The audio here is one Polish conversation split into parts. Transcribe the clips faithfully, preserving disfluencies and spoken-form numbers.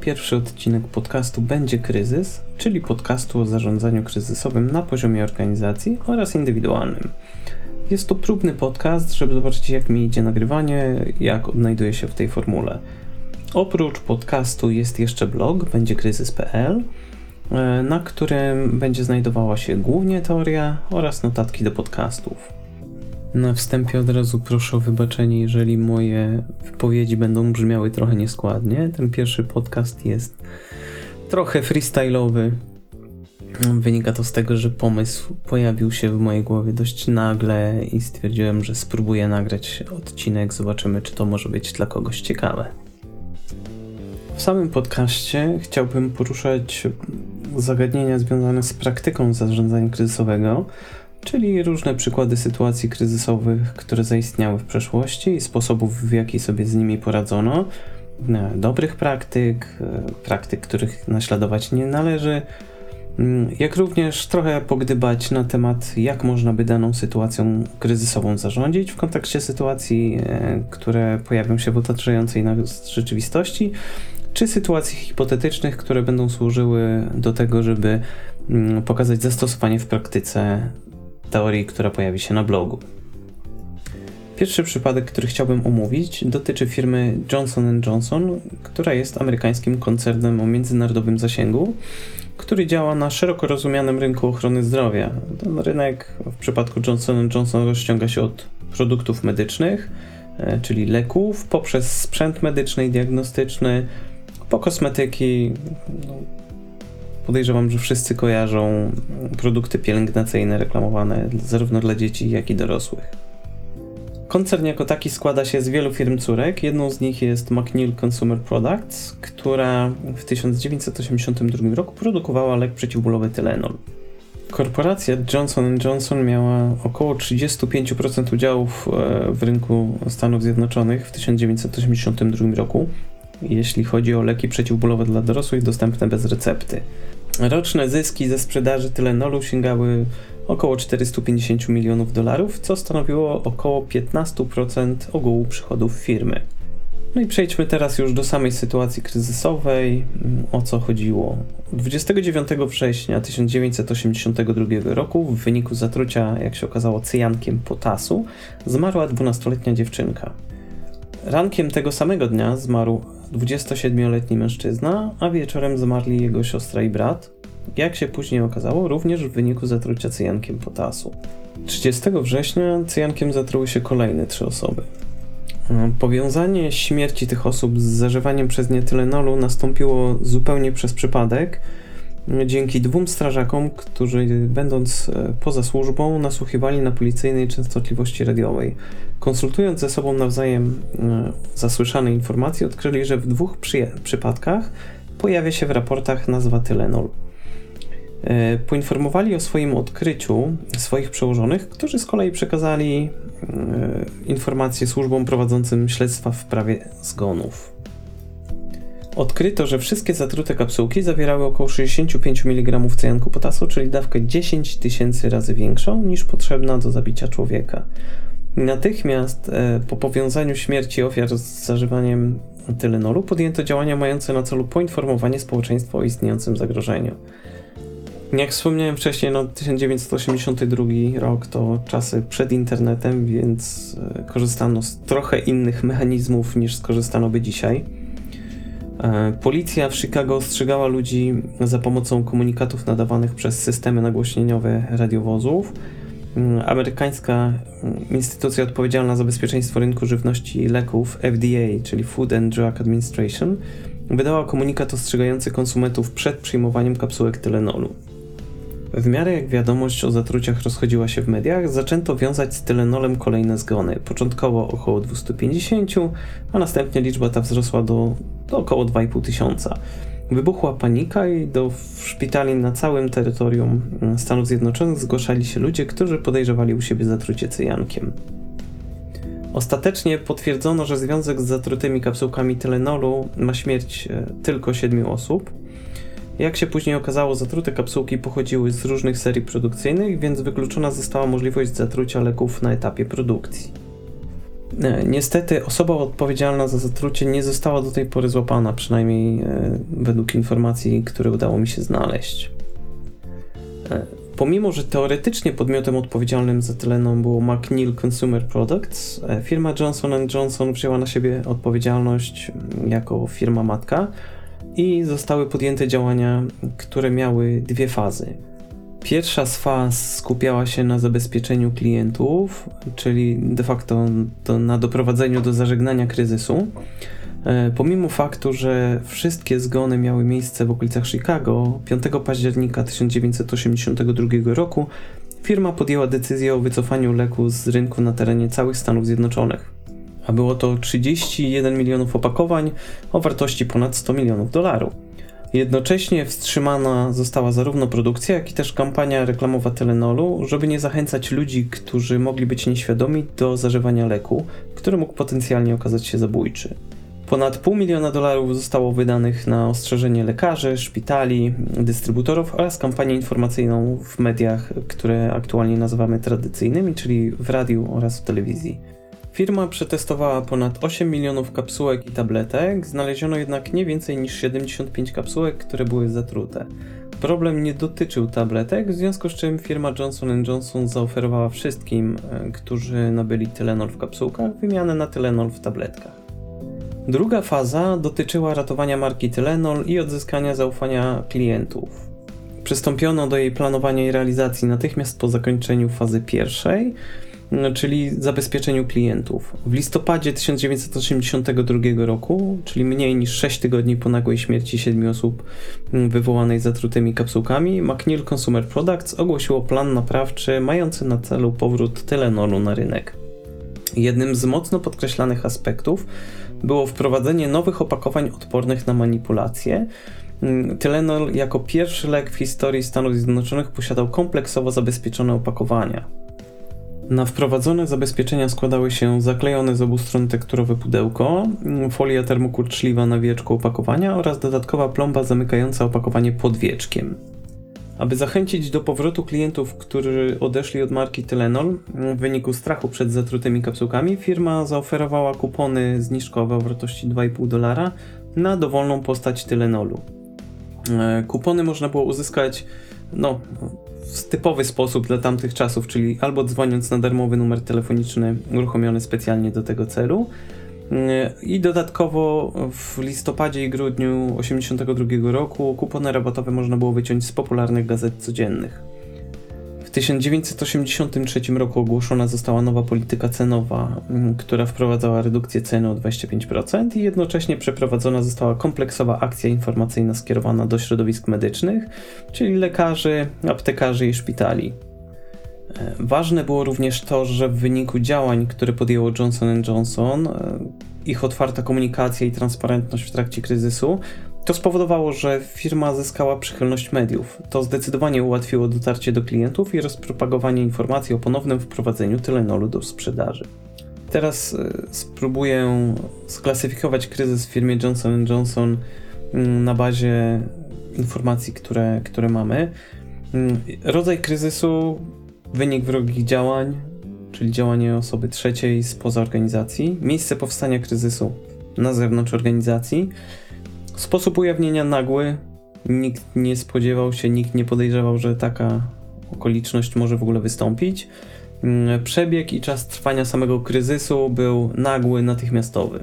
pierwszy odcinek podcastu Będzie Kryzys, czyli podcastu o zarządzaniu kryzysowym na poziomie organizacji oraz indywidualnym. Jest to próbny podcast, żeby zobaczyć, jak mi idzie nagrywanie, jak odnajduję się w tej formule. Oprócz podcastu jest jeszcze blog będzie kryzys kropka p l, na którym będzie znajdowała się głównie teoria oraz notatki do podcastów. Na wstępie od razu proszę o wybaczenie, jeżeli moje wypowiedzi będą brzmiały trochę nieskładnie. Ten pierwszy podcast jest trochę freestyle'owy. Wynika to z tego, że pomysł pojawił się w mojej głowie dość nagle i stwierdziłem, że spróbuję nagrać odcinek, zobaczymy, czy to może być dla kogoś ciekawe. W samym podcaście chciałbym poruszać zagadnienia związane z praktyką zarządzania kryzysowego, czyli różne przykłady sytuacji kryzysowych, które zaistniały w przeszłości i sposobów, w jaki sobie z nimi poradzono, dobrych praktyk, praktyk, których naśladować nie należy, jak również trochę pogdybać na temat, jak można by daną sytuacją kryzysową zarządzić w kontekście sytuacji, które pojawią się w otaczającej nas rzeczywistości, czy sytuacji hipotetycznych, które będą służyły do tego, żeby pokazać zastosowanie w praktyce teorii, która pojawi się na blogu. Pierwszy przypadek, który chciałbym omówić, dotyczy firmy Johnson and Johnson, która jest amerykańskim koncernem o międzynarodowym zasięgu, który działa na szeroko rozumianym rynku ochrony zdrowia. Ten rynek w przypadku Johnson and Johnson rozciąga się od produktów medycznych, czyli leków, poprzez sprzęt medyczny i diagnostyczny, po kosmetyki. No, podejrzewam, że wszyscy kojarzą produkty pielęgnacyjne reklamowane zarówno dla dzieci, jak i dorosłych. Koncern jako taki składa się z wielu firm córek. Jedną z nich jest McNeil Consumer Products, która w tysiąc dziewięćset osiemdziesiątym drugim roku produkowała lek przeciwbólowy Tylenol. Korporacja Johnson and Johnson miała około trzydzieści pięć procent udziałów w rynku Stanów Zjednoczonych w tysiąc dziewięćset osiemdziesiątym drugim roku, jeśli chodzi o leki przeciwbólowe dla dorosłych dostępne bez recepty. Roczne zyski ze sprzedaży Tylenolu sięgały około czterysta pięćdziesiąt milionów dolarów, co stanowiło około piętnaście procent ogółu przychodów firmy. No i przejdźmy teraz już do samej sytuacji kryzysowej, o co chodziło. dwudziestego dziewiątego września tysiąc dziewięćset osiemdziesiątego drugiego roku w wyniku zatrucia, jak się okazało, cyjankiem potasu, zmarła dwunastoletnia dziewczynka. Rankiem tego samego dnia zmarł dwudziestosiedmioletni mężczyzna, a wieczorem zmarli jego siostra i brat, jak się później okazało, również w wyniku zatrucia cyjankiem potasu. trzydziestego września cyjankiem zatruły się kolejne trzy osoby. Powiązanie śmierci tych osób z zażywaniem przez nie Tylenolu nastąpiło zupełnie przez przypadek, dzięki dwóm strażakom, którzy będąc poza służbą nasłuchiwali na policyjnej częstotliwości radiowej. Konsultując ze sobą nawzajem zasłyszane informacje, odkryli, że w dwóch przy- przypadkach pojawia się w raportach nazwa Tylenol. Poinformowali o swoim odkryciu swoich przełożonych, którzy z kolei przekazali informacje służbom prowadzącym śledztwa w sprawie zgonów. Odkryto, że wszystkie zatrute kapsułki zawierały około sześćdziesiąt pięć miligramów cyjanku potasu, czyli dawkę dziesięć tysięcy razy większą niż potrzebna do zabicia człowieka. Natychmiast e, po powiązaniu śmierci ofiar z zażywaniem Tylenolu podjęto działania mające na celu poinformowanie społeczeństwa o istniejącym zagrożeniu. Jak wspomniałem wcześniej, no tysiąc dziewięćset osiemdziesiąty drugi rok to czasy przed internetem, więc e, korzystano z trochę innych mechanizmów niż skorzystano by dzisiaj. Policja w Chicago ostrzegała ludzi za pomocą komunikatów nadawanych przez systemy nagłośnieniowe radiowozów. Amerykańska instytucja odpowiedzialna za bezpieczeństwo rynku żywności i leków, F D A, czyli Food and Drug Administration, wydała komunikat ostrzegający konsumentów przed przyjmowaniem kapsułek Tylenolu. W miarę jak wiadomość o zatruciach rozchodziła się w mediach, zaczęto wiązać z Tylenolem kolejne zgony. Początkowo około dwieście pięćdziesiąt, a następnie liczba ta wzrosła do, do około dwa i pół tysiąca. Wybuchła panika i do szpitali na całym terytorium Stanów Zjednoczonych zgłaszali się ludzie, którzy podejrzewali u siebie zatrucie cyjankiem. Ostatecznie potwierdzono, że związek z zatrutymi kapsułkami Tylenolu ma śmierć tylko siedmiu osób. Jak się później okazało, zatrute kapsułki pochodziły z różnych serii produkcyjnych, więc wykluczona została możliwość zatrucia leków na etapie produkcji. Niestety osoba odpowiedzialna za zatrucie nie została do tej pory złapana, przynajmniej według informacji, które udało mi się znaleźć. Pomimo, że teoretycznie podmiotem odpowiedzialnym za Tylenol było McNeil Consumer Products, firma Johnson and Johnson wzięła na siebie odpowiedzialność jako firma matka i zostały podjęte działania, które miały dwie fazy. Pierwsza z faz skupiała się na zabezpieczeniu klientów, czyli de facto to na doprowadzeniu do zażegnania kryzysu. Pomimo faktu, że wszystkie zgony miały miejsce w okolicach Chicago, piątego października tysiąc dziewięćset osiemdziesiątego drugiego roku firma podjęła decyzję o wycofaniu leku z rynku na terenie całych Stanów Zjednoczonych. A było to trzydzieści jeden milionów opakowań o wartości ponad sto milionów dolarów. Jednocześnie wstrzymana została zarówno produkcja, jak i też kampania reklamowa Tylenolu, żeby nie zachęcać ludzi, którzy mogli być nieświadomi, do zażywania leku, który mógł potencjalnie okazać się zabójczy. Ponad pół miliona dolarów zostało wydanych na ostrzeżenie lekarzy, szpitali, dystrybutorów oraz kampanię informacyjną w mediach, które aktualnie nazywamy tradycyjnymi, czyli w radiu oraz w telewizji. Firma przetestowała ponad osiem milionów kapsułek i tabletek, znaleziono jednak nie więcej niż siedemdziesiąt pięć kapsułek, które były zatrute. Problem nie dotyczył tabletek, w związku z czym firma Johnson and Johnson zaoferowała wszystkim, którzy nabyli Tylenol w kapsułkach, wymianę na Tylenol w tabletkach. Druga faza dotyczyła ratowania marki Tylenol i odzyskania zaufania klientów. Przystąpiono do jej planowania i realizacji natychmiast po zakończeniu fazy pierwszej, czyli zabezpieczeniu klientów. W listopadzie tysiąc dziewięćset osiemdziesiątego drugiego roku, czyli mniej niż sześć tygodni po nagłej śmierci siedmiu osób wywołanej zatrutymi kapsułkami, McNeil Consumer Products ogłosiło plan naprawczy mający na celu powrót Tylenolu na rynek. Jednym z mocno podkreślanych aspektów było wprowadzenie nowych opakowań odpornych na manipulacje. Tylenol jako pierwszy lek w historii Stanów Zjednoczonych posiadał kompleksowo zabezpieczone opakowania. Na wprowadzone zabezpieczenia składały się zaklejone z obu stron tekturowe pudełko, folia termokurczliwa na wieczku opakowania oraz dodatkowa plomba zamykająca opakowanie pod wieczkiem. Aby zachęcić do powrotu klientów, którzy odeszli od marki Tylenol w wyniku strachu przed zatrutymi kapsułkami, firma zaoferowała kupony zniżkowe o wartości dwa i pół dolara na dowolną postać Tylenolu. Kupony można było uzyskać no, w typowy sposób dla tamtych czasów, czyli albo dzwoniąc na darmowy numer telefoniczny uruchomiony specjalnie do tego celu, i dodatkowo w listopadzie i grudniu tysiąc dziewięćset osiemdziesiątego drugiego roku kupony rabatowe można było wyciąć z popularnych gazet codziennych. W tysiąc dziewięćset osiemdziesiątym trzecim roku ogłoszona została nowa polityka cenowa, która wprowadzała redukcję ceny o dwadzieścia pięć procent i jednocześnie przeprowadzona została kompleksowa akcja informacyjna skierowana do środowisk medycznych, czyli lekarzy, aptekarzy i szpitali. Ważne było również to, że w wyniku działań, które podjęło Johnson and Johnson, ich otwarta komunikacja i transparentność w trakcie kryzysu, to spowodowało, że firma zyskała przychylność mediów. To zdecydowanie ułatwiło dotarcie do klientów i rozpropagowanie informacji o ponownym wprowadzeniu Tylenolu do sprzedaży. Teraz spróbuję sklasyfikować kryzys w firmie Johnson and Johnson na bazie informacji, które, które mamy. Rodzaj kryzysu, wynik wrogich działań, czyli działanie osoby trzeciej spoza organizacji, miejsce powstania kryzysu na zewnątrz organizacji, sposób ujawnienia nagły, nikt nie spodziewał się, nikt nie podejrzewał, że taka okoliczność może w ogóle wystąpić. Przebieg i czas trwania samego kryzysu był nagły, natychmiastowy.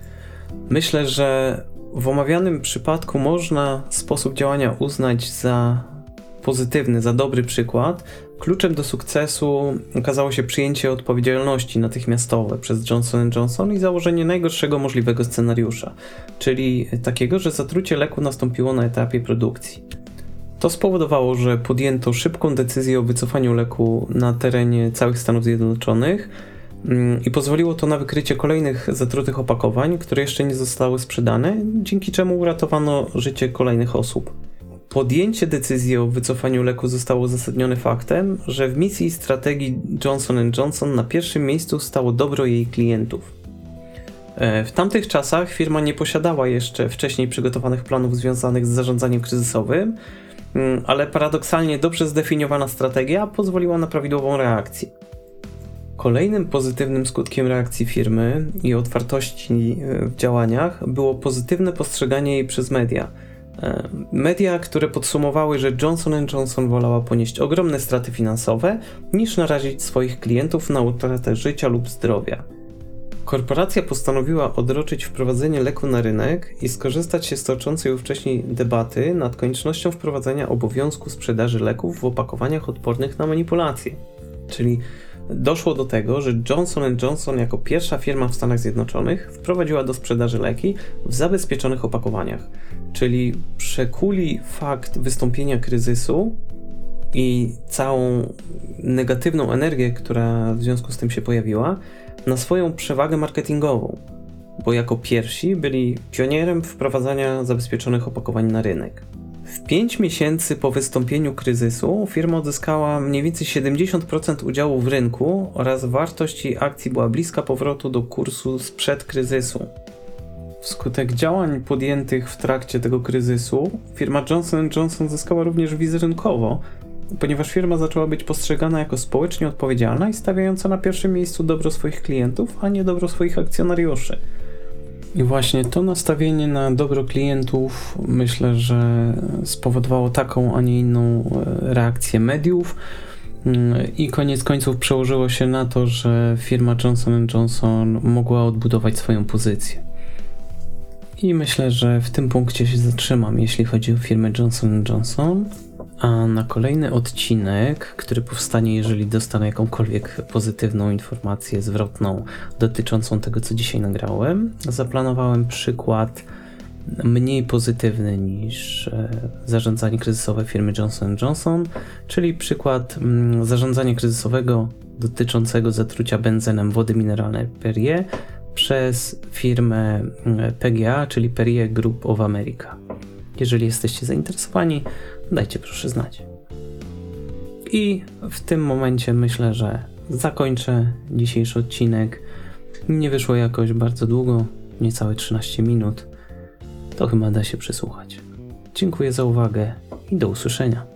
Myślę, że w omawianym przypadku można sposób działania uznać za pozytywny, za dobry przykład. Kluczem do sukcesu okazało się przyjęcie odpowiedzialności natychmiastowe przez Johnson and Johnson i założenie najgorszego możliwego scenariusza, czyli takiego, że zatrucie leku nastąpiło na etapie produkcji. To spowodowało, że podjęto szybką decyzję o wycofaniu leku na terenie całych Stanów Zjednoczonych i pozwoliło to na wykrycie kolejnych zatrutych opakowań, które jeszcze nie zostały sprzedane, dzięki czemu uratowano życie kolejnych osób. Podjęcie decyzji o wycofaniu leku zostało uzasadnione faktem, że w misji i strategii Johnson and Johnson na pierwszym miejscu stało dobro jej klientów. W tamtych czasach firma nie posiadała jeszcze wcześniej przygotowanych planów związanych z zarządzaniem kryzysowym, ale paradoksalnie dobrze zdefiniowana strategia pozwoliła na prawidłową reakcję. Kolejnym pozytywnym skutkiem reakcji firmy i otwartości w działaniach było pozytywne postrzeganie jej przez media. Media, które podsumowały, że Johnson and Johnson wolała ponieść ogromne straty finansowe, niż narazić swoich klientów na utratę życia lub zdrowia. Korporacja postanowiła odroczyć wprowadzenie leku na rynek i skorzystać się z toczącej już wcześniej debaty nad koniecznością wprowadzenia obowiązku sprzedaży leków w opakowaniach odpornych na manipulacje. Czyli doszło do tego, że Johnson and Johnson jako pierwsza firma w Stanach Zjednoczonych wprowadziła do sprzedaży leki w zabezpieczonych opakowaniach. Czyli przekuli fakt wystąpienia kryzysu i całą negatywną energię, która w związku z tym się pojawiła, na swoją przewagę marketingową, bo jako pierwsi byli pionierem wprowadzania zabezpieczonych opakowań na rynek. W pięć miesięcy po wystąpieniu kryzysu firma odzyskała mniej więcej siedemdziesiąt procent udziału w rynku oraz wartość jej akcji była bliska powrotu do kursu sprzed kryzysu. Wskutek działań podjętych w trakcie tego kryzysu firma Johnson and Johnson zyskała również wizerunkowo, ponieważ firma zaczęła być postrzegana jako społecznie odpowiedzialna i stawiająca na pierwszym miejscu dobro swoich klientów, a nie dobro swoich akcjonariuszy. I właśnie to nastawienie na dobro klientów myślę, że spowodowało taką, a nie inną reakcję mediów i koniec końców przełożyło się na to, że firma Johnson and Johnson mogła odbudować swoją pozycję. I myślę, że w tym punkcie się zatrzymam, jeśli chodzi o firmę Johnson and Johnson. A na kolejny odcinek, który powstanie, jeżeli dostanę jakąkolwiek pozytywną informację zwrotną dotyczącą tego, co dzisiaj nagrałem, zaplanowałem przykład mniej pozytywny niż zarządzanie kryzysowe firmy Johnson and Johnson, czyli przykład zarządzania kryzysowego dotyczącego zatrucia benzenem wody mineralnej Perrier przez firmę P G A, czyli Perrier Group of America. Jeżeli jesteście zainteresowani, dajcie proszę znać. I w tym momencie myślę, że zakończę dzisiejszy odcinek. Nie wyszło jakoś bardzo długo, niecałe trzynaście minut. To chyba da się przysłuchać. Dziękuję za uwagę i do usłyszenia.